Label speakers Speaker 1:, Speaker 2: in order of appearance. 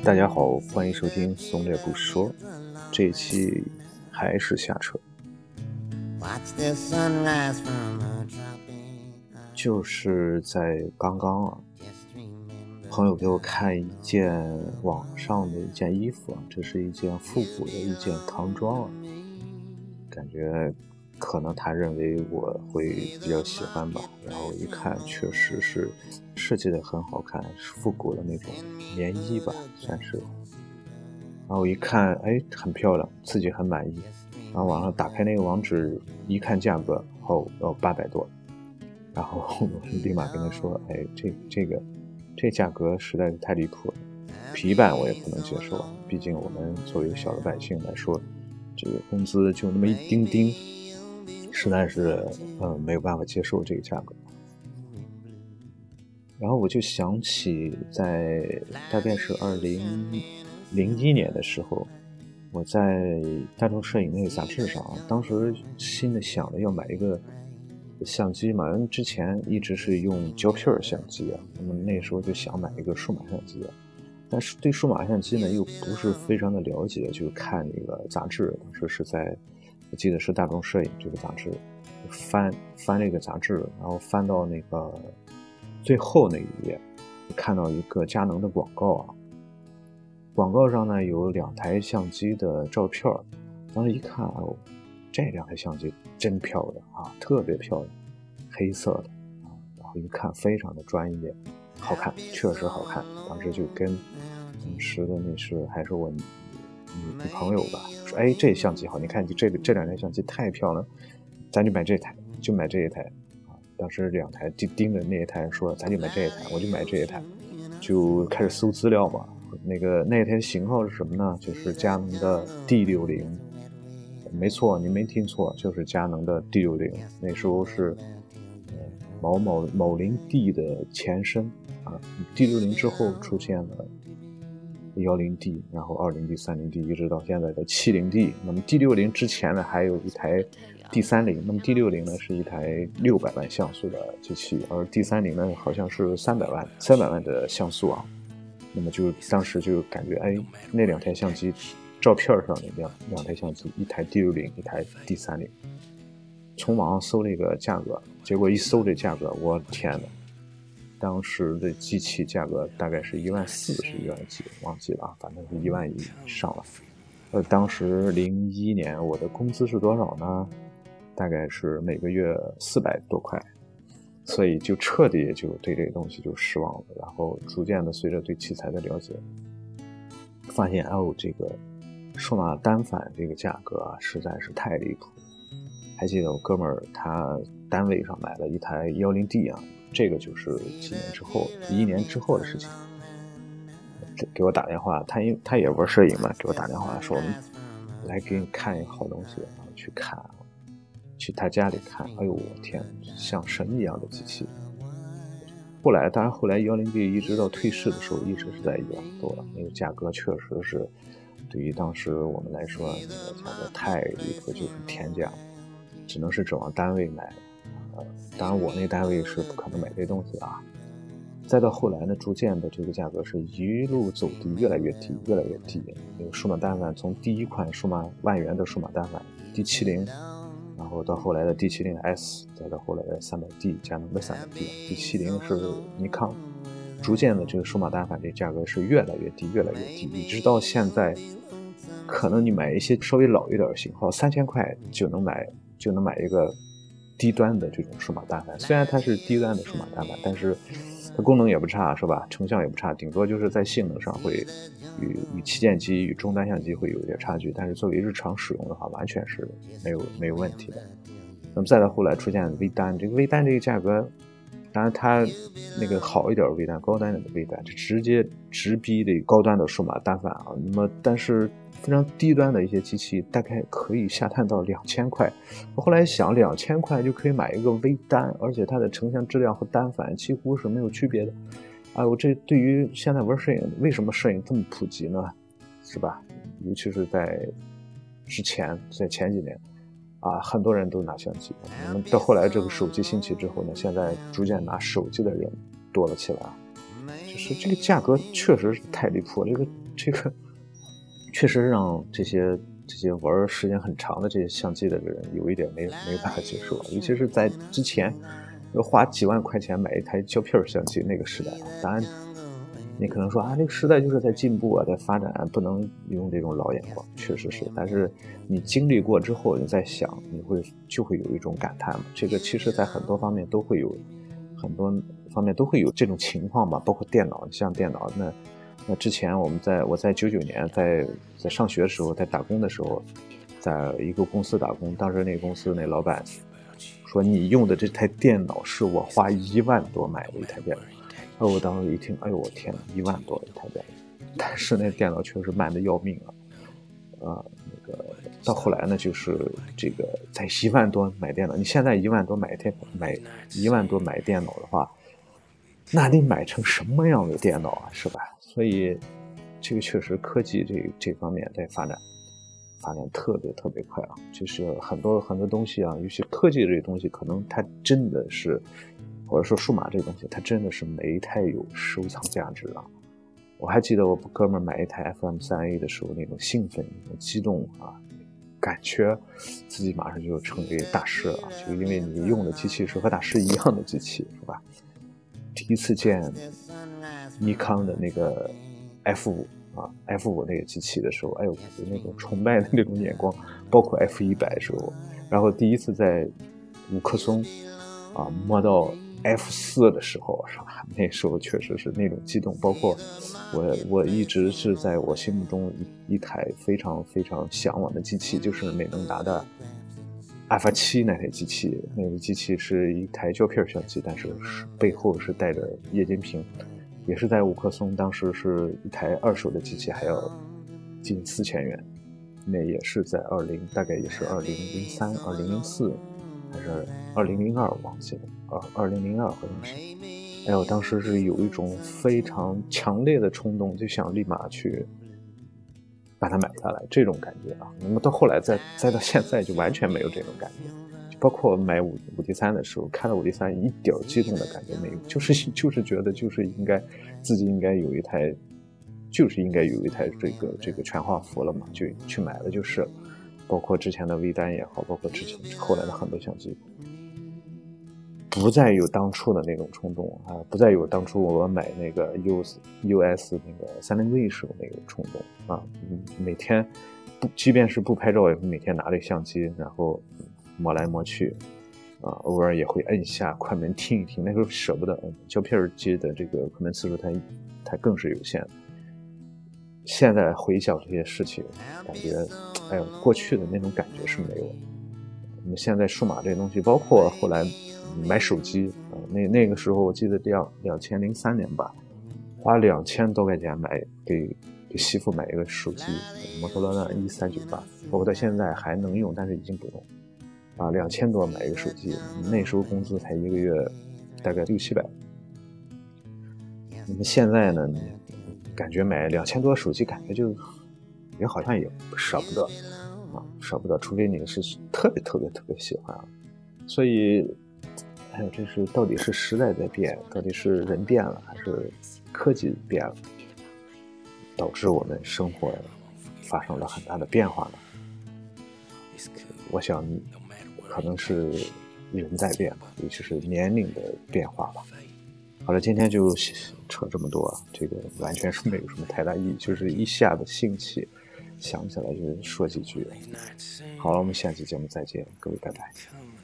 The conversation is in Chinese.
Speaker 1: 大家好，欢迎收听松烈不说，这一期还是下车。就是在刚刚朋友给我看一件网上的一件衣服这是一件复古的一件唐装感觉可能他认为我会比较喜欢吧，然后一看确实是设计的很好看，是复古的那种棉衣吧，算是。然后一看很漂亮，自己很满意，然后网上打开那个网址一看价格要800多，然后我立马跟他说这价格实在是太离谱了，皮版我也不能接受，毕竟我们作为小老百姓来说，这个工资就那么一丁丁，实在是没有办法接受这个价格。然后我就想起在大概是2001年的时候，我在大众摄影那个杂志上，当时心里想着要买一个相机嘛，因为之前一直是用胶片相机那么那时候就想买一个数码相机但是对数码相机呢又不是非常的了解，就看那个杂志，当时是我记得是大众摄影这个杂志，翻这个杂志，然后翻到那个最后那一页，看到一个佳能的广告广告上呢有2台相机的照片，当时一看这2台相机真漂亮特别漂亮，黑色的然后一看非常的专业，好看，确实好看。当时就跟当时的还是我女朋友吧，说这相机好，你看这2台相机太漂亮，咱就买这台，就买这一台当时2台就盯着那一台说咱就买这一台，我就买这一台，就开始搜资料嘛。那一台型号是什么呢？就是佳能的 D60， 没错，你没听错，就是佳能的 D60。那时候是某零 D 的前身D60 之后出现了10D， 然后20D、30D， 一直到现在的70D。那么 D60 之前呢，还有一台D30，那么 D60 呢是一台600万像素的机器，而 D30 呢好像是300万的像素那么当时就感觉那2台相机照片上的两台相机，一台 D60， 一台 D30。从网上搜了一个价格，结果一搜这价格，我天哪！当时的机器价格大概是14000是1万几，忘记了反正是1万以上了。当时01年我的工资是多少呢？大概是每个月400多块，所以就彻底就对这个东西就失望了。然后逐渐的随着对器材的了解，发现这个数码单反这个价格实在是太离谱。还记得我哥们儿他单位上买了一台10D这个就是几年之后，1年之后的事情。给我打电话，他也玩摄影嘛，给我打电话说来给你看一个好东西，然后去看，去他家里看，我天，像神一样的机器。当然后来10D 一直到退市的时候一直是在1万多，那个价格确实是对于当时我们来说那个价格太离谱，就是天价，只能是指望单位买。当然我那单位是不可能买这东西再到后来呢，逐渐的这个价格是一路走低，越来越低。那个数码单反从第一款万元的数码单反 D70， 然后到后来的 D70S， 再到后来的300D， 佳能的300D， D70 是尼康，逐渐的这个数码单反这价格是越来越低，一直到现在，可能你买一些稍微老一点的型号，3000块就能买一个低端的这种数码单反。虽然它是低端的数码单反，但是它功能也不差，是吧？成像也不差，顶多就是在性能上会与旗舰机与中端相机会有一点差距，但是作为日常使用的话，完全是没有问题的。那么再到后来出现微单，这个微单这个价格，当然它那个好一点的微单，高端的微单，就直接直逼这高端的数码单反那么但是非常低端的一些机器大概可以下探到2000块。我后来想，2000块就可以买一个微单，而且它的成像质量和单反几乎是没有区别的。我这对于现在玩摄影，为什么摄影这么普及呢？是吧？尤其是在前几年很多人都拿相机。那么到后来这个手机兴起之后呢，现在逐渐拿手机的人多了起来就是这个价格确实是太离谱了。这个这个确实让这些玩时间很长的这些相机的人有一点没有办法接受，尤其是在之前要花几万块钱买一台胶片相机那个时代啊。当然你可能说啊，那个时代就是在进步啊，在发展，不能用这种老眼光，确实是。但是你经历过之后，你再想，就会有一种感叹嘛。这个其实在很多方面都会有这种情况吧，包括电脑，像电脑那之前我在99年在上学的时候，在打工的时候，在一个公司打工，当时那个公司那老板说，你用的这台电脑是我花1万多买的一台电脑。我当时一听，哎呦我天，1万多一台电脑，但是那电脑确实慢得要命啊。那个到后来呢，就是这个在1万多买电脑，你现在1万多买电脑的话，那得买成什么样的电脑啊，是吧？所以这个确实科技这方面在发展特别特别快啊，就是很多东西啊，尤其科技这些东西，可能它真的是，或者说数码这个东西，它真的是没太有收藏价值啊。我还记得我哥们买一台 FM3A 的时候，那种兴奋、那种激动啊，感觉自己马上就成为大师了，就因为你用的机器是和大师一样的机器，是吧？第一次见尼康的那个 F5 那个机器的时候，哎呦，有那种崇拜的那种眼光，包括 F100的时候，然后第一次在五棵松摸到 F4 的时候，是吧？那时候确实是那种激动，包括我一直是在我心目中一台非常非常向往的机器，就是美能达的Alpha 7那台机器。那个机器是一台胶片相机，但是背后是带着液晶屏，也是在五棵松，当时是一台二手的机器，还要近4000元。那也是在大概也是2003、2004还是2002，忘记了，2002好像是。哎呦，当时是有一种非常强烈的冲动，就想立马去把它买下来，这种感觉啊。那么到后来再到现在就完全没有这种感觉，就包括买五 D3的时候，看到五 D3一点激动的感觉没有，就是觉得自己应该有一台这个全画幅了嘛，就去买了就是了。包括之前的微单也好，包括后来的很多相机，不再有当初的那种冲动啊，不再有当初我买那个 US 那个30V 时候那个冲动啊。每天即便是不拍照，也会每天拿着相机，然后摸来摸去啊，偶尔也会摁下快门听一听。那时候舍不得，胶片机的这个快门次数它更是有限。现在回想这些事情，感觉哎呦，过去的那种感觉是没有了。那么现在数码这些东西，包括后来买手机那个时候我记得2003年吧，花2000多块钱给媳妇买一个手机，摩托罗拉1398，包括到现在还能用，但是已经不用2000多买一个手机，那时候工资才一个月大概600-700。那么现在呢，感觉买2000多手机，感觉就也好像也舍不得，除非你是特别特别特别喜欢。所以还有这是到底是时代在变，到底是人变了还是科技变了，导致我们生活发生了很大的变化呢？我想可能是人在变吧，尤其是年龄的变化吧。好了，今天就扯这么多，这个完全是没有什么太大意义，就是一下子兴起想起来就说几句。好了，我们下期节目再见，各位拜拜。